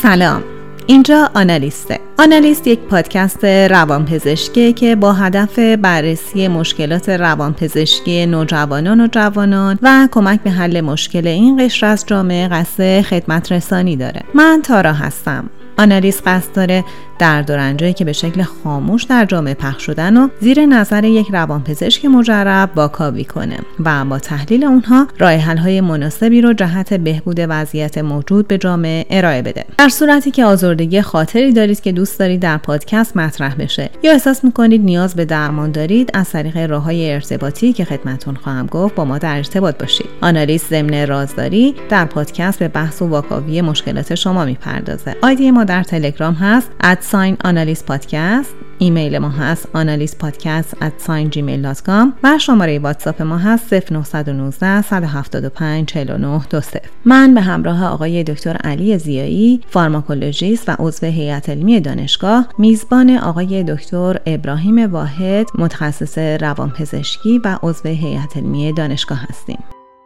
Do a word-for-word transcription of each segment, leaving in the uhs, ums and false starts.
سلام، اینجا آنالیسته. آنالیست یک پادکست روانپزشکی که با هدف بررسی مشکلات روانپزشکی نوجوانان و جوانان و کمک به حل مشکل این قشر از جامعه قصد خدمت رسانی داره. من تارا هستم. آنالیست قصد داره درد و رنجایی که به شکل خاموش در جامعه پخش شدن و زیر نظر یک روانپزشک مجرب واکاوی کنه و با تحلیل اونها راه حل‌های مناسبی رو جهت بهبود وضعیت موجود به جامعه ارائه بده. در صورتی که آزردگی خاطری دارید که دوست دارید در پادکست مطرح بشه یا احساس می‌کنید نیاز به درمان دارید، از طریق راه‌های ارتباطی که خدمتتون خواهم گفت با ما در ارتباط باشید. آنالیست ضمن رازداری در پادکست به بحث و واکاوی مشکلات شما می‌پردازه. آیدی ما در تلگرام هست ات ساین آنالیست پادکست، ایمیل ما هست آنالیست پادکست ات ساین جیمیل دات کام و شماره واتساپ ما هست صفر نه یک نه صد و هفتاد و پنج چهل و نه دو صفر. من به همراه آقای دکتر علی ضیایی، فارماکولوژیست و عضو هیئت علمی دانشگاه، میزبان آقای دکتر ابراهیم واحد، متخصص روانپزشکی و عضو هیئت علمی دانشگاه هستیم.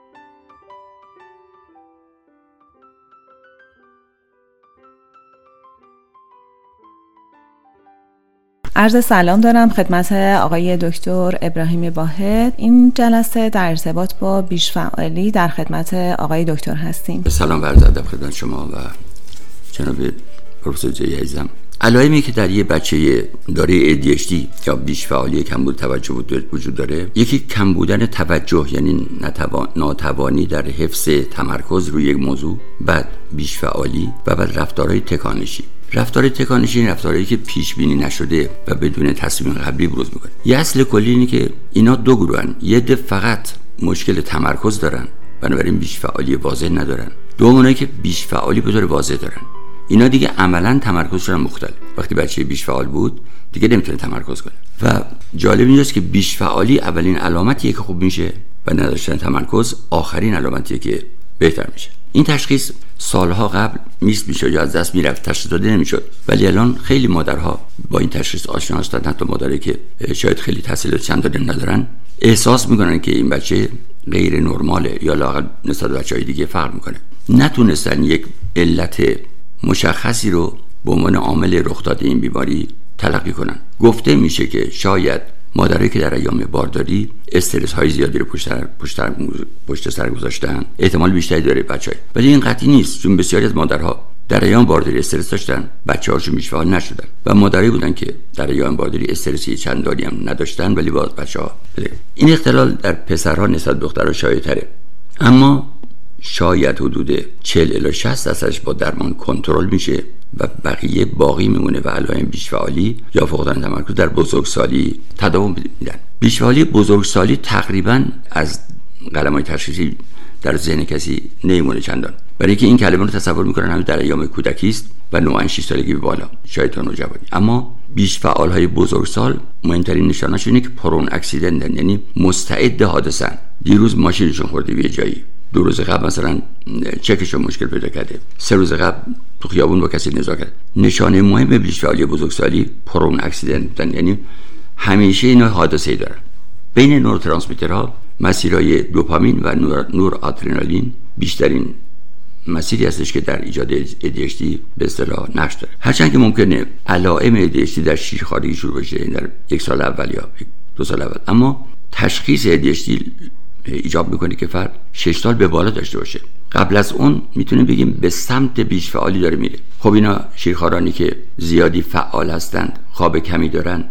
عرض سلام دارم خدمت آقای دکتر ابراهیم واحد. این جلسه در ارتباط با بیش‌فعالی در خدمت آقای دکتر هستیم. سلام و عرض ادب خدمت شما و جناب پروفسور ضیایی عزیزم. علائمی که در یه بچه داره ای دی اچ دی یا بیش‌فعالی کمبود توجه وجود داره، یکی کم بودن توجه، یعنی ناتوانی در حفظ تمرکز روی یک موضوع، بعد بیش‌فعالی و بعد رفتارهای تکانشی. رفتار تکانشی این رفتارهایی که پیش بینی نشده و بدون تصمیم قبلی بروز میکنه. یه اصل کلی اینه که اینا دو گروهن. یه ده فقط مشکل تمرکز دارن، بنابراین بیش فعالی واضح ندارن. دوم اونایی که بیش فعالی به طور واضح دارن. اینا دیگه عملاً تمرکزشون مختلف. وقتی بچه بیش فعال بود دیگه نمیتونه تمرکز کنه. و جالب اینجاست که بیش فعالی اولین علامتیه که خوب میشه و نداشتن تمرکز آخرین علامتیه که بهتر میشه. این تشخیص سالها قبل میس میشد یا از دست میرفت، تشخیص داده نمیشد، ولی الان خیلی مادرها با این تشخیص آشنا هستند. حتی مادری که شاید خیلی تحصیلات چندانی ندارن احساس میکنن که این بچه غیر نرماله یا لااقل نسبت به بچهای دیگه فرق میکنه. نتونستن یک علت مشخصی رو به عنوان عامل رخ داده این بیماری تلقی کنن. گفته میشه که شاید مادرایی که در ایام بارداری استرس های زیادی رو پشت سر پشت پشت سر گذاشتن احتمال بیشتری داره بچه‌ها، ولی این قطعی نیست، چون بسیاری از مادرها در ایام بارداری استرس داشتن، بچه‌هاشون بیش فعال نشدن و مادرایی بودن که در ایام بارداری استرسی چندانی هم نداشتن ولی باز بچه‌ها. این اختلال در پسرها نسبت به دخترها شایع‌تره، اما شاید حدود چهل الی شصت درصدش با درمان کنترل میشه و بقیه باقی میمونه و علائم بیش‌فعالی یا فقدان تمرکز در بزرگسالی تداوم میدن. بیش‌فعالی بزرگسالی تقریبا از قلم‌های تشخیصی در ذهن کسی نمیمونه چندان، برای اینکه این کلمه رو تصور میکنن همین در ایام کودکی است و نوعاً شش سالگی به بالا، شاید تا نوجوانی. اما بیش‌فعال‌های بزرگسال مهمترین نشانه‌اش اینه که پرون اکسیدنتن، یعنی مستعد حادثه‌ن. دیروز ماشینشون خورده به جایی، دو روز قبل مثلا چکشون مشکل پیدا کرده، سه روز قبل تو خیابون با کسی نزاع کرد. نشانه مهم بیش‌فعالی بزرگسالی پرون اکسیدنت بودن، یعنی همیشه اینا حادثه‌ای دارن. بین نوروترانسمیترها مسیرهای دوپامین و نور, نور آدرنالین بیشترین مسیری هستش که در ایجاد ای دی اچ دی به اصطلاح نقش داره. هرچند که ممکنه علائم ای دی اچ دی در شیرخوارگی شروع بشه، در یک سال اول یا دو سال اول، اما تشخیص ای دی اچ دی ایجاب میکنه که فرد شش سال به بالا داشته باشه. قبل از اون میتونیم بگیم به سمت بیش فعالی داره میره. خب اینا شیرخوارانی که زیادی فعال هستند، خواب کمی دارن،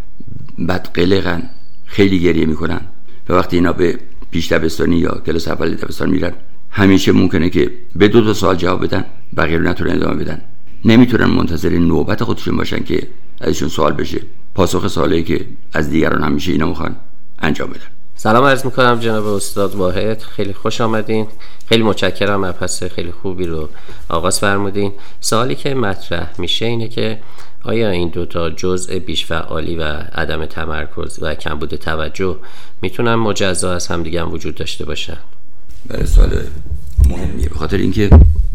بد قلقن، خیلی گریه میکنن و وقتی اینا به پیش دبستانی یا کلاس اول دبستان میرن همیشه ممکنه که به دو تا سوال جواب بدن، بقیه رو نتونن ادامه بدن. نمیتونن منتظر نوبت خودشون باشن که ازشون سوال بشه، پاسخ سوالی که از دیگران همیشه اینا میخوان انجام بدن. سلام عرض میکنم جناب استاد واحد، خیلی خوش آمدین. خیلی متشکرم، مبحث خیلی خوبی رو آغاز فرمودین. سوالی که مطرح میشه اینه که آیا این دوتا جزء بیش‌فعالی و عدم تمرکز و کمبود توجه میتونن مجزا از هم دیگه هم وجود داشته باشن؟ برای سوال مهمیه، به خاطر اینکه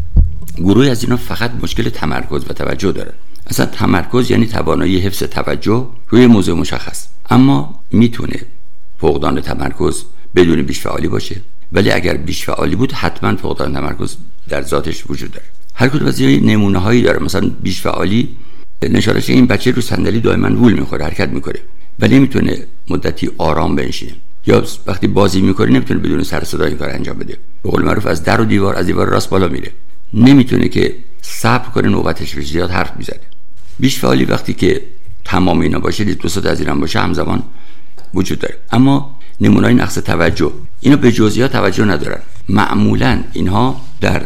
گروهی از اینا فقط مشکل تمرکز و توجه دارن. اصلا تمرکز یعنی توانایی حفظ توجه روی موضوع مشخص، اما میتونه فقدان تمرکز بدون بیش‌فعالی باشه، ولی اگر بیش‌فعالی بود حتما فقدان تمرکز در ذاتش وجود داره. هر کدوم از این نمونه هایی داره. مثلا بیش فعالی نشانش این بچه رو صندلی دائما وول میخوره، حرکت میکنه ولی نمیتونه مدتی آرام بنشینه، یا وقتی بازی میکنه نمیتونه بدون سر صدا این کار انجام بده. به قول معروف از در و دیوار، از دیوار راست بالا میره، نمیتونه که صبر کنه نوبتش بشه، زیاد حرف میزنه. بیش فعالی وقتی که تمام اینا باشه، دو سه تا از اینا باشه، همزمان وجود داره. اما نمونه‌های نقص توجه، اینا به جزئیات توجه ندارن. معمولا اینها در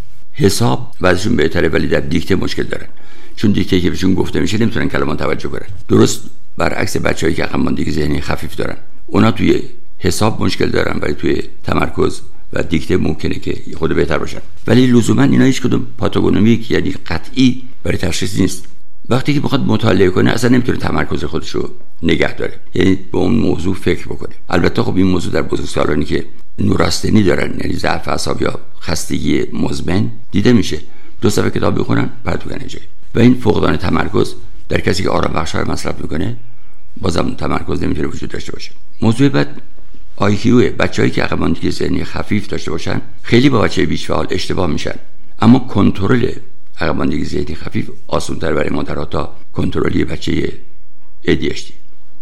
حساب وضعشون بهتره ولی در دیکته مشکل دارن، چون دیکته که بهشون گفته میشه نمیتونن کلمات توجه کنن. درست برعکس بچه‌هایی که عقب ماندگی ذهنی خفیف دارن، اونا توی حساب مشکل دارن ولی توی تمرکز و دیکته ممکنه که خود بهتر باشن. ولی لزوما اینا هیچ کدوم پاتوگنومیک یعنی قطعی برای تشخیص نیست. وقتی که بخواد مطالعه کنه اصلا نمیتونه تمرکز خودش رو نگه داره، یعنی به اون موضوع فکر بکنه. البته خب این موضوع در بزرگسالانی که نوراستنی دارن، یعنی ضعف اعصاب یا خستگی مزمن، دیده میشه. دو صفحه کتاب بخونن بعد بگن جایی. و این فقدان تمرکز در کسی که آرام بخش رو مصرف میکنه بازم تمرکز نمیتونه وجود داشته باشه. موضوع بعد آی کیو، بچه‌ای که عقب ماندگی ذهنی خفیف داشته باشن خیلی با بچه بیش فعال اشتباه میشن، اما کنترل عقب ماندگی ذهنی خفیف آسان‌تر برای مادرها تا کنترلی بچه ای دی اچ دی.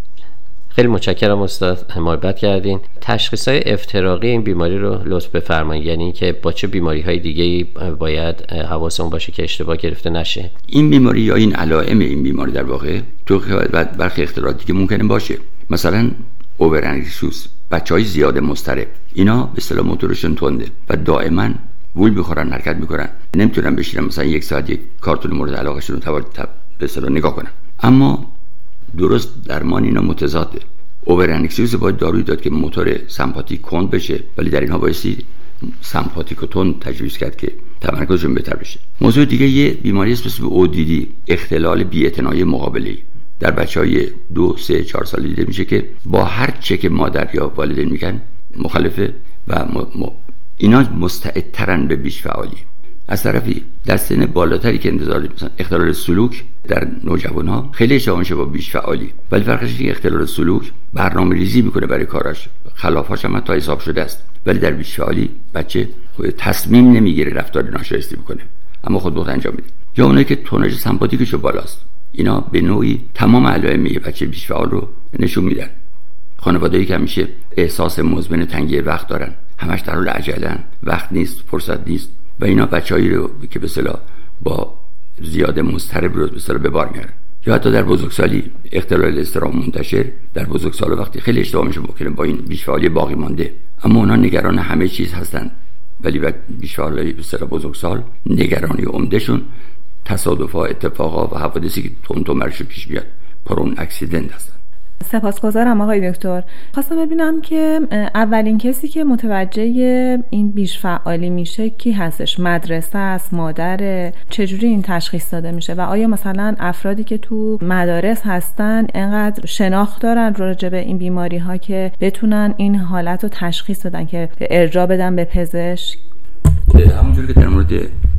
خیلی متشکرم استاد، محبت کردین. تشخیص‌های افتراقی این بیماری رو لطف بفرمایید، یعنی که با چه بیماری‌های دیگه‌ای باید حواسمون باشه که اشتباه گرفته نشه؟ این بیماری یا این علائم این بیماری در واقع تو برخی اختلالات دیگه ممکنه باشه. مثلا اوورانکسیوس، بچهای زیاد مضطرب، اینا به اصطلاح موتورشون تنده و دائما وول میخورن، حرکت میکنن، نمیتونن بشینن مثلا یک ساعت یک کارتون مورد علاقهشون رو به اصطلاح نگاه کنن. اما درست درمان اینا متضاده. اوورانکسیوس باید دارویی داد که موتور سمپاتیک کند بشه، ولی در اینها بایستی سمپاتیک و تند تجویز کرد که تمرکزشون بهتر بشه. موضوع دیگه یه بیماری اسمش او دی دی، اختلال بی‌اعتنایی مقابله‌ای، در بچهای دو سه چهار ساله دیده میشه که با هر چه که مادر یا والدین میگن مخالفه و م... م... اینا مستعدترن به بیش فعالی. از طرفی در سن بالاتری که انتظار مثلا اختلال سلوک در نوجوان‌ها خیلی شبیه میشه با بیش فعالی، ولی فرقش اینه اختلال سلوک برنامه‌ریزی میکنه برای کاراش، خلافاش هم تا حساب شده است، ولی در بیش فعالی بچه خود تصمیم نمیگیره، رفتار ناشایسته میکنه اما خود بخواد انجام میده. یا اونایی که تونج سمپاتیکش بالاست، اینا به نوعی تمام علائم بچه بیش فعال رو نشون میدن. خانواده‌ای که همیشه احساس مزمن تنگی وقت دارن، همش در حال عجله‌ان، وقت نیست، فرصت نیست، و اینا بچه‌ای رو که به اصطلاح با زیاد مضطرب رو به اصطلاح به بار میارن. یا حتی در بزرگسالی اختلال اضطراب منتشر در بزرگسال وقتی خیلی اشتباه میشه ممکنه با این بیش‌فعالی باقی مانده، اما اونا نگران همه چیز هستن، ولی بعد بیش‌فعالی به اصطلاح بزرگسال نگرانی عمدهشون تصادفات، اتفاقات و حوادثی که تون تون برشون پیش بیاد پرون اکسیدنت هستن. سپاسگزارم آقای دکتر. خواستم ببینم که اولین کسی که متوجه این بیش فعالی میشه کی هستش؟ مدرسه است، مادر؟ چجوری این تشخیص داده میشه و آیا مثلا افرادی که تو مدارس هستن انقدر شناخت دارن راجع به این بیماری ها که بتونن این حالت رو تشخیص بدن که ارجاع بدن به پزشک؟ همونجوری که در مورد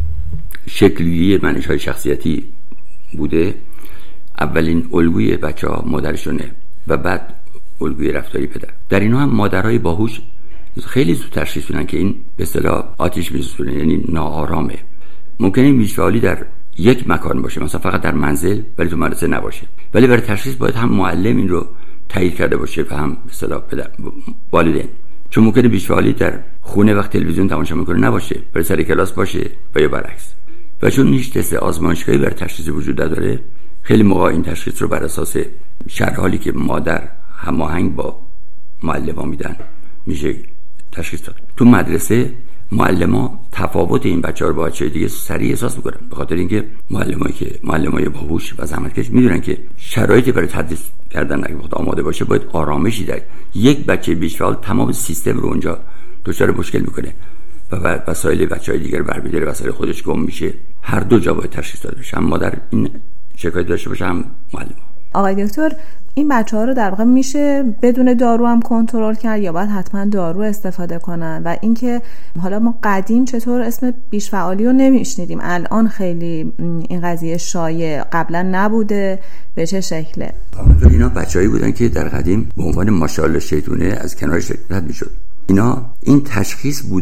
شکلی منش‌های شخصیتی بوده، اولین الگوی بچه‌ها مادرشونه و بعد الگوی رفتاری پدر. در اینها هم مادرای باهوش خیلی زود تشخیص میدن که این به اصطلاح آتش می‌سوزونه، یعنی ناآرامه. ممکنه این بیش‌فعالی در یک مکان باشه، مثلا فقط در منزل، ولی تو مدرسه نباشه. ولی برای تشخیص باید هم معلم این رو تایید کرده باشه و هم به اصطلاح پدر والدین. چون ممکنه بیش‌فعالی در خونه وقت تلویزیون تماشا می‌کنه نباشه، برای سر کلاس باشه و یا برعکس. و چون هیچ تست آزمایشگاهی برای تشخیص وجود نداره، خیلی موقع این تشخیص رو بر اساس شرح حالی که مادر هماهنگ با معلمان میدن میشه تشخیص داد. تو مدرسه معلما تفاوت این بچه‌ها رو با بچه‌های دیگه سریع احساس می‌کنن، به خاطر اینکه معلمایی که معلمای باهوش و زحمتکش میدونن که شرایطی برای تدریس کردن اگه وقت آماده باشه باید آرامشی داره. یک بچه بیش فعال تمام سیستم رو اونجا دچار مشکل میکنه و وسایل بچه‌های دیگر برمی‌داره، وسایل خودش گم میشه. هر دو جا باید تشخیص داده بشه، هم مادر این شکایت داشته باشه هم معلم. آقای دکتر، این بچه‌ها رو در واقع میشه بدون دارو هم کنترل کرد یا باید حتما دارو استفاده کنن؟ و اینکه حالا ما قدیم چطور اسم بیش فعالی رو نمیشنیدیم، الان خیلی این قضیه شایع، قبلا نبوده، به چه شکله؟ اینا بچه‌ای بودن که در قدیم به عنوان ماشاءالله شیطونه از کنارش رد میشد. اینا این تشخیص بوده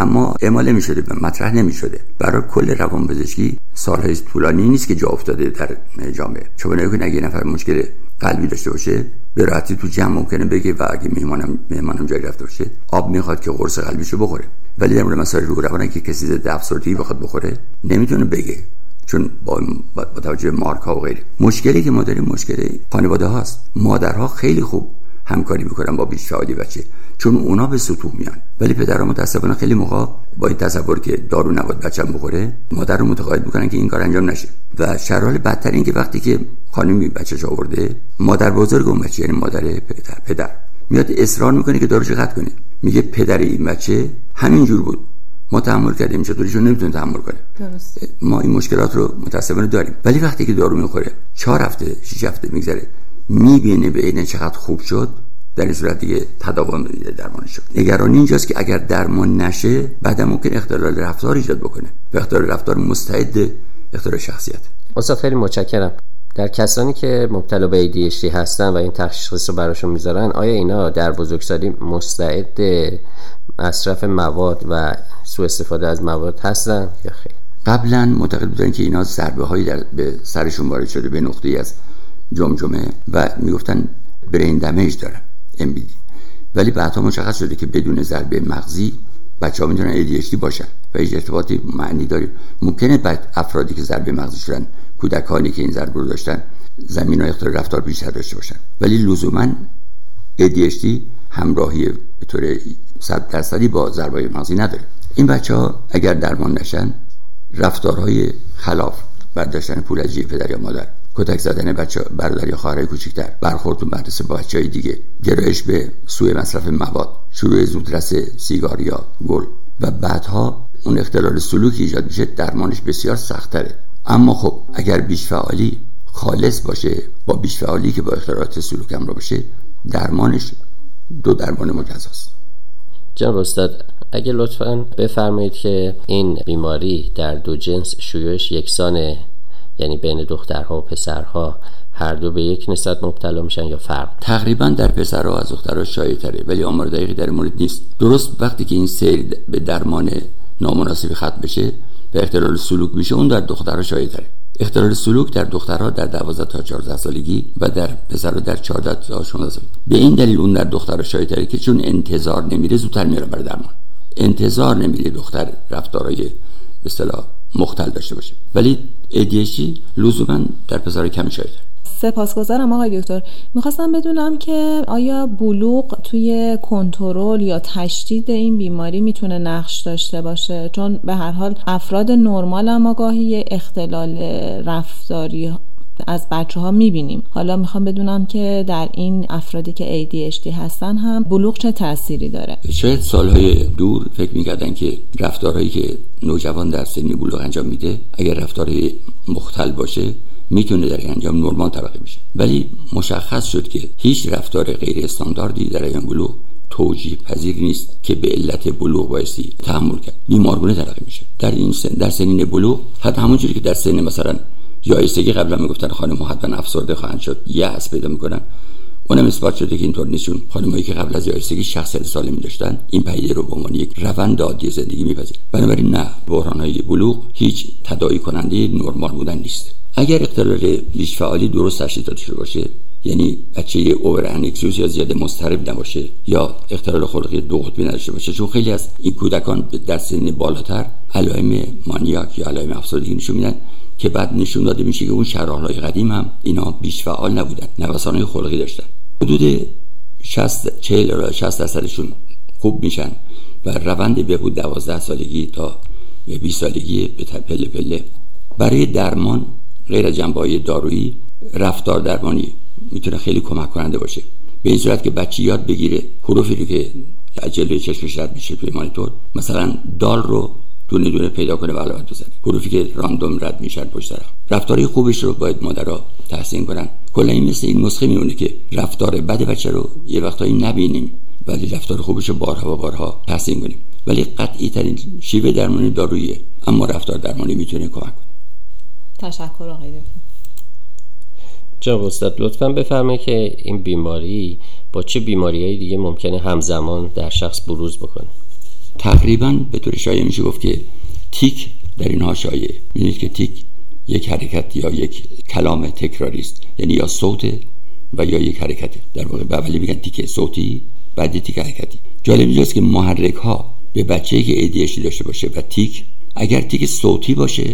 اما اعمال نمی‌شده و مطرح نمی‌شده. برای کل روانپزشکی سال‌های طولانی نیست که جا افتاده در جامعه. چون اگه اگه نفر مشکل قلبی داشته باشه به راحتی تو جمع ممکنه بگه و اگه مهمانم مهمانم جایی رفته باشه آب میخواد که قرص قلبیشو بخوره، ولی در مورد مسائل روح روانی که کسی ضد افسردگی بخواد بخوره نمیتونه بگه، چون با, با توجه مارک ها و غیره. مشکلی که ما داریم مشکل خانواده هاست. مادرها خیلی خوب همکاری میکنن با بیش فعالی بچه، چون اونا به سطوح میان، ولی پدرها متاسفانه خیلی موقع با این تصور که دارو نباید بچه‌م بخوره مادر رو متقاعد میکنن که این کار انجام نشه. و شرایط بدتر این که وقتی که خانمی بچه‌ش آورده، مادر بزرگ اون بچه یعنی مادر پدر, پدر میاد اصرار میکنه که داروش قطع کنه. میگه پدر این بچه همینجور بود، ما تحمل کردیم، چطوریشون نمیتونه تحمل کنه. درست. ما این مشکلات رو متاسفانه داریم، ولی وقتی که دارو میخوره چهار هفته شش هفته میگذره میبینه به این چقدر خوب شد، در این صورت دیگه تداوم درمان شد. نگرانی اینجاست که اگر درمان نشه بعد ممکن اختلال رفتار ایجاد بکنه و اختلال رفتار مستعد اختلال شخصیت. استاد خیلی متشکرم. در کسانی که مبتلا به ای دی اچ دی هستن و این تشخیص رو براشون میذارن، آیا اینا در بزرگسالی مستعد مصرف مواد و سوء استفاده از مواد هستن یا خیر؟ قبلا معتقد بودن که اینا ضربه هایی در به سرشون وارد شده به نقطه‌ای از جمجمه و میگفتن برین دمیج دارن ام بی دی، ولی بعدها مشخص شده که بدون ضربه مغزی بچه‌ها میتونن ای دی اچ دی باشن و هیچ ارتباطی معنی داره. ممکنه بعد افرادی که ضربه مغزی شدن، کودکانی که این ضربه رو داشتن، زمینه‌های اختلال رفتار بیشتر داشته باشن، ولی لزوما ای دی اچ دی همراهی به طور صد درصدی با ضربه مغزی نداره. این بچه‌ها اگر درمان نشن، رفتارهای خلاف، برداشتن پول از جیب پدر یا مادر، کتک زدن بچه برادر یا خواهرای کوچکتر، برخورد تو مدرسه با بچهای دیگه، گرایش به سوء مصرف مواد، شروع زودرس سیگار یا گل و بعدها اون اختلال سلوکی ایجاد میشه، درمانش بسیار سخت‌تره. اما خب اگر بیش فعالی خالص باشه، با بیش فعالی که با اختلالات سلوک همراه باشه، درمانش دو درمان مجزاست. جناب استاد اگه لطفاً بفرمایید که این بیماری در دو جنس شیوعش یکسانه، یعنی بین دخترها و پسرها هر دو به یک نسبت مبتلا میشن یا فرق؟ تقریبا در پسرها از دخترها شایع‌تره، ولی آمار دقیقی در مورد نیست. درست وقتی که این سیر به درمان نامناسبی ختم بشه به اختلال سلوک میشه، اون در دخترها شایع‌تره. اختلال سلوک در دخترها در دوازده تا چهارده سالگی و در پسرها در چهارده تا شانزده سالگی. به این دلیل اون در دخترها شایع‌تره که چون انتظار نمیره زودتر میره برای درمان. انتظار نمیره دختر رفتارهای به اصطلاح مختل داشته باشه، ولی ای دی اچ دی لزوما در پسرها کمی شایع‌تره. سپاسگزارم آقای دکتر. میخواستم بدونم که آیا بلوغ توی کنترل یا تشدید این بیماری میتونه نقش داشته باشه؟ چون به هر حال افراد نرمال هم گاهی اختلال رفتاری از بچه ها میبینیم. حالا میخوام بدونم که در این افرادی که ای دی اچ دی هستن هم بلوغ چه تأثیری داره؟ شاید سالهای دور فکر میکردن که رفتارهایی که نوجوان در سن بلوغ انجام میده اگر رفتارهای مختل باشه میتونه در انجام نرمال طبقه میشه، ولی مشخص شد که هیچ رفتار غیر استانداردی در ایام بلوغ توجیه پذیر نیست که به علت بلوغ بایستی تحمل کرد، بیمارگونه طبقه میشه. در این سن در سنین بلوغ حتی همونجوری که در سن مثلا یائسگی قبلا میگفتن خانم حتما افسرده خواهند شد، یأس پیدا میکنن، اونم اثبات شده که اینطور نیست، چون خانمایی که قبل از یائسگی شخصیت سالمی داشتن این پدیده رو به عنوان یک روند عادی زندگی میپذیرن. بنابراین نه، بحران‌های بلوغ هیچ تداعی کننده نرمال بودن نیست. اگر اختلال بیش فعالی درست تشخیص داده شده باشه، یعنی بچه اوور انکسیوس یا زیاده مضطرب نباشه یا اختلال خلقی دو قطبی نداشته باشه، چون خیلی از این کودکان در سن بالاتر علائم مانیاک یا علائم افسردگی نشون میدن که بعد نشون داده میشه که اون شرح‌های قدیم هم اینا بیش فعال نبودن، نوسان‌های خلقی داشتن. حدود شصت چهل تا شصت درصدشون خوب میشن و روند بهبود دوازده سالگی تا بیست سالگی به پله پله. برای درمان غیر از جنبه‌های دارویی، رفتار درمانی میتونه خیلی کمک کننده باشه، به این صورت که بچه یاد بگیره حروفی رو که جلوی چشمش رد میشه توی مانیتور، مثلا دال رو دونه دونه پیدا کنه و علامت بزنه، حروفی که راندوم رد میشن پشت سر. رفتاری خوبش رو باید مادرها تحسین کنن. کلا این مثل این نسخه میمونه که رفتار بد بچه رو یه وقتایی نبینیم ولی رفتار خوبش رو بارها و بارها تحسین کنیم، ولی قطعی ترین شیوه درمانی داروییه، اما رفتار درمانی میتونه کمک کنه. تشکر آقای دکتر. جناب استاد لطفاً بفرمایید که این بیماری با چه بیماری‌های دیگه ممکنه همزمان در شخص بروز بکنه؟ تقریبا به طور شایع میشه گفت که تیک در اینها شایع. می‌بینید که تیک یک حرکت یا یک کلام تکراری است، یعنی یا صوت و یا یک حرکت. در واقع به اولی میگن تیک صوتی، بعد تیک حرکتی. جالب اینجاست که محرک ها به بچه‌ای که ای دی اچ دی داشته باشه و تیک، اگر تیک صوتی باشه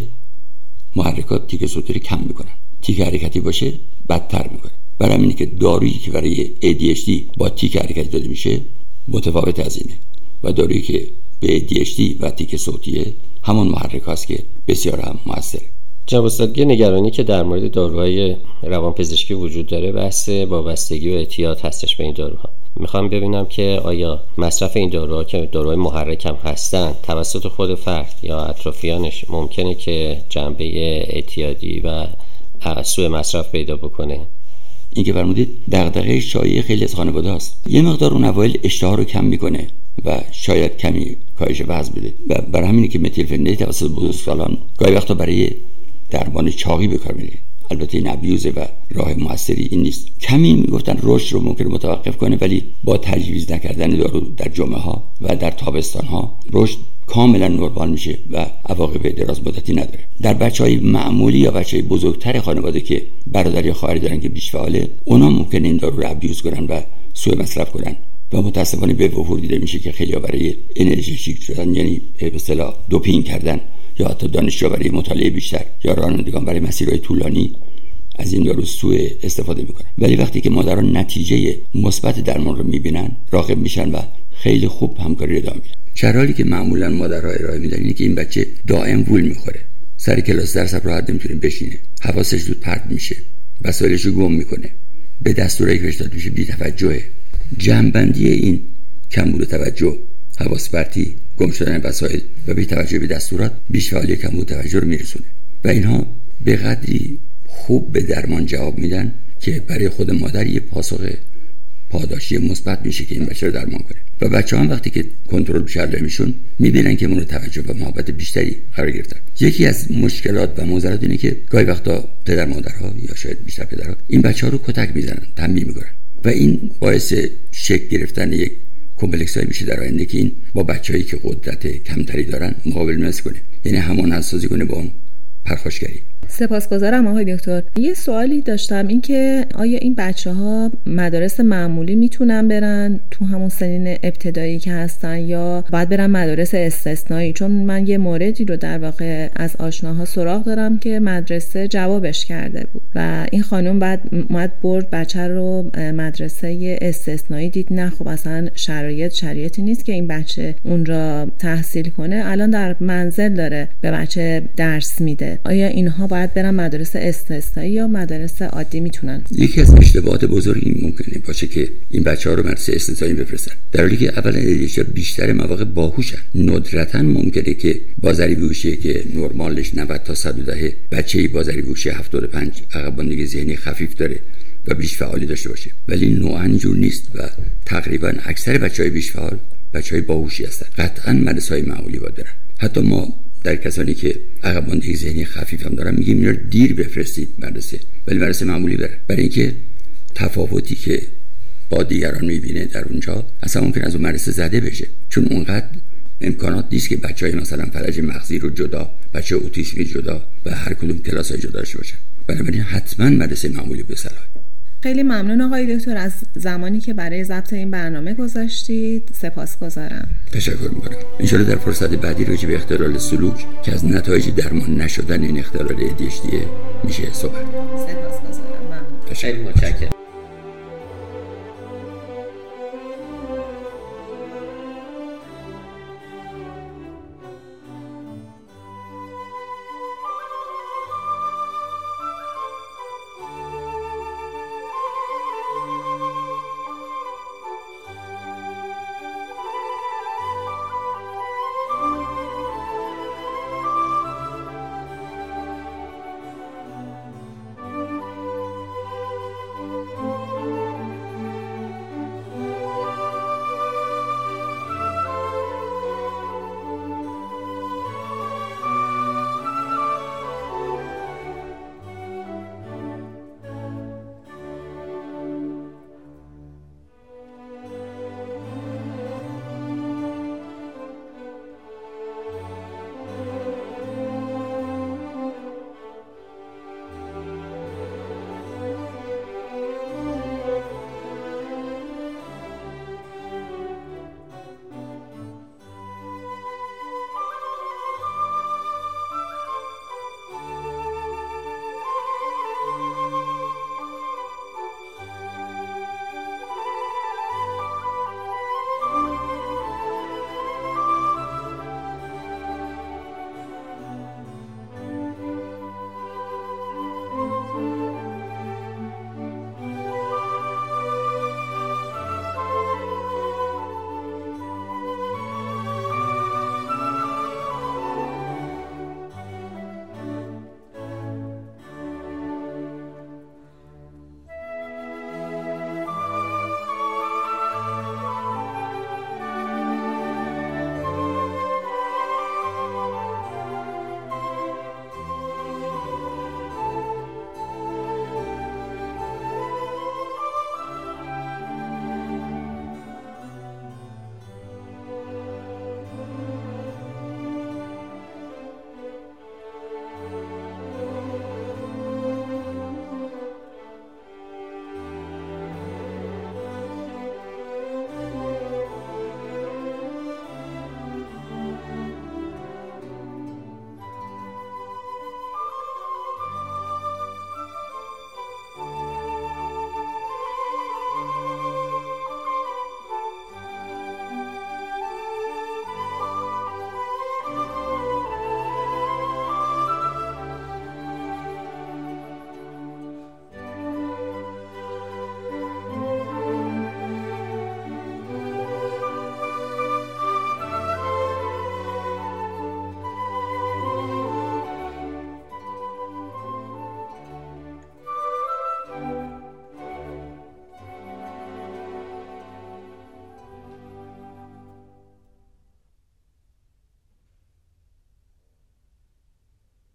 محرکات تیک صوتی رو کم میکنن، تیک حرکتی باشه بدتر میکنه. برای همینه که دارویی که برای ای دی اچ دی با تیک حرکتی داده میشه متفاوت از اینه و دارویی که به ای دی اچ دی و تیک صوتیه همون محرک هاست که بسیار هم موثره. جناب استاد، یه نگرانی که در مورد داروهای روانپزشکی وجود داره بحث وابستگی و اعتیاد هستش به این داروها. میخوام ببینم که آیا مصرف این داروها که داروهای محرک هم هستن توسط خود فرد یا اطرافیانش ممکنه که جنبه اعتیادی و سوء مصرف پیدا بکنه؟ این که فرمودید دغدغه شایع خیلی از خانواده است. یه مقدار اون اوایل اشتها رو کم میکنه و شاید کمی کاهش وزن بده و برای همینه که متیلفنیدیت توسط بزرگسالان گاهی وقتا برای درمان چاقی به کار میره. البته این ابیوزه و راه موثری این نیست. کمی میگفتن رشد رو ممکنه متوقف کنه، ولی با تجویز نکردن دارو در جمعه ها و در تابستان ها رشد کاملا نرمال میشه و عواقب دراز مدتی نداره. در بچهای معمولی یا بچهای بزرگتر خانواده که برادر یا خواهری دارن که بیش فعاله، اونا ممکنه این دارو رو ابیوز کنن و سوء مصرف کنن و متاسفانه به وفور دیده میشه که خیلی برای انرژیتیک شدن، یعنی به اصطلاح دوپینگ کردن، یا حتی دانشجو برای مطالعه بیشتر یا رانندگان برای مسیرهای طولانی از این دارو سوء استفاده میکنن. ولی وقتی که مادران نتیجه مثبت درمان رو میبینن راغب میشن و خیلی خوب همکاری ادامه میدن. شرایطی که معمولا مادرها ارائه میدن اینه که این بچه دائم وول میخوره، سر کلاس درس راحت نمیتونه بشینه، حواسش زود پرت میشه، وسایلش رو گم میکنه، به دستورایی که داده میشه بی‌توجهه. جنبندی این کمبود توجه، حواس پرتی، گم شدن وسایل و بی توجه به دستورات بیش فعالی کمبود توجه رو میرسونه و اینها به قدری خوب به درمان جواب میدن که برای خود مادر یه پاسخ پاداشی مثبت میشه که این بچه رو درمان کنه و بچه‌ها هم وقتی که کنترل بیشتر میشون میبینن که مورد توجه و محبت بیشتری قرار گرفتن. یکی از مشکلات و معضلات اینه که گاهی وقتا پدر مادرها یا شاید بیشتر پدرها این بچه‌ها رو کتک میزنن، تنبیه میکنن و این باعث شک گرفتن یک کمپلکس هایی میشه در آینده که این با بچه‌هایی که قدرت کمتری دارن مقابله نکنه، یعنی همون اسازی کنه با اون پرخاشگری. سپاسگزارم آقای دکتر. یه سوالی داشتم، این که آیا این بچه‌ها مدارس معمولی میتونن برن تو همون سنین ابتدایی که هستن یا باید برن مدارس استثنایی؟ چون من یه موردی رو در واقع از آشناها سراغ دارم که مدرسه جوابش کرده بود و این خانم بعد اومد برد بچه رو مدرسه استثنایی، دید نه خب اصلا شرایط شرایطی نیست که این بچه اون را تحصیل کنه، الان در منزل داره به بچه درس میده. آیا اینها باید برن مدارس استثنایی یا مدارس عادی میتونن؟ یکی از اشتباهات بزرگ این ممکنه باشه که این بچه‌ها رو مدرسه استثنایی بفرستن، در حالی که اولا ایدی‌اچ بیشتر مواقع باهوشن. ندرتاً ممکنه که بازاری هوشی که نرمالش نود تا صد و ده، بچه‌ای بازاری هوشی هفتاد و پنج عقب ماندگی ذهنی خفیف داره و بیش فعالی داشته باشه، ولی نوعاً اینجور نیست و تقریباً اکثر بچه‌های بیش فعال بچه‌های باهوشی هستن. قطعاً مدرسه‌های معمولی باید برن. حتی ما در کسانی که عقب ماندگی ذهنی خفیف هم دارن میگیم اینا دیر بفرستید مدرسه، ولی مدرسه معمولی بره، برای اینکه تفاوتی که با دیگران میبینه در اونجا اصلا ممکن از اون مدرسه زده بشه، چون اونقدر امکانات نیست که بچهای مثلا فلج مغزی رو جدا، بچه اوتیسمی جدا و هر کدوم کلاسای جدا داشته باشن. بنابراین حتما مدرسه معمولی به صلاح. خیلی ممنون آقای دکتر از زمانی که برای ضبط این برنامه گذاشتید. سپاسگزارم. تشکر میکنم. ان شاءالله در فرصت بعدی راجع به اختلال سلوک که از نتایج درمان نشدن این اختلال ای دی اچ دی میشه صحبت. سپاسگزارم. ممنون. خیلی متشکرم.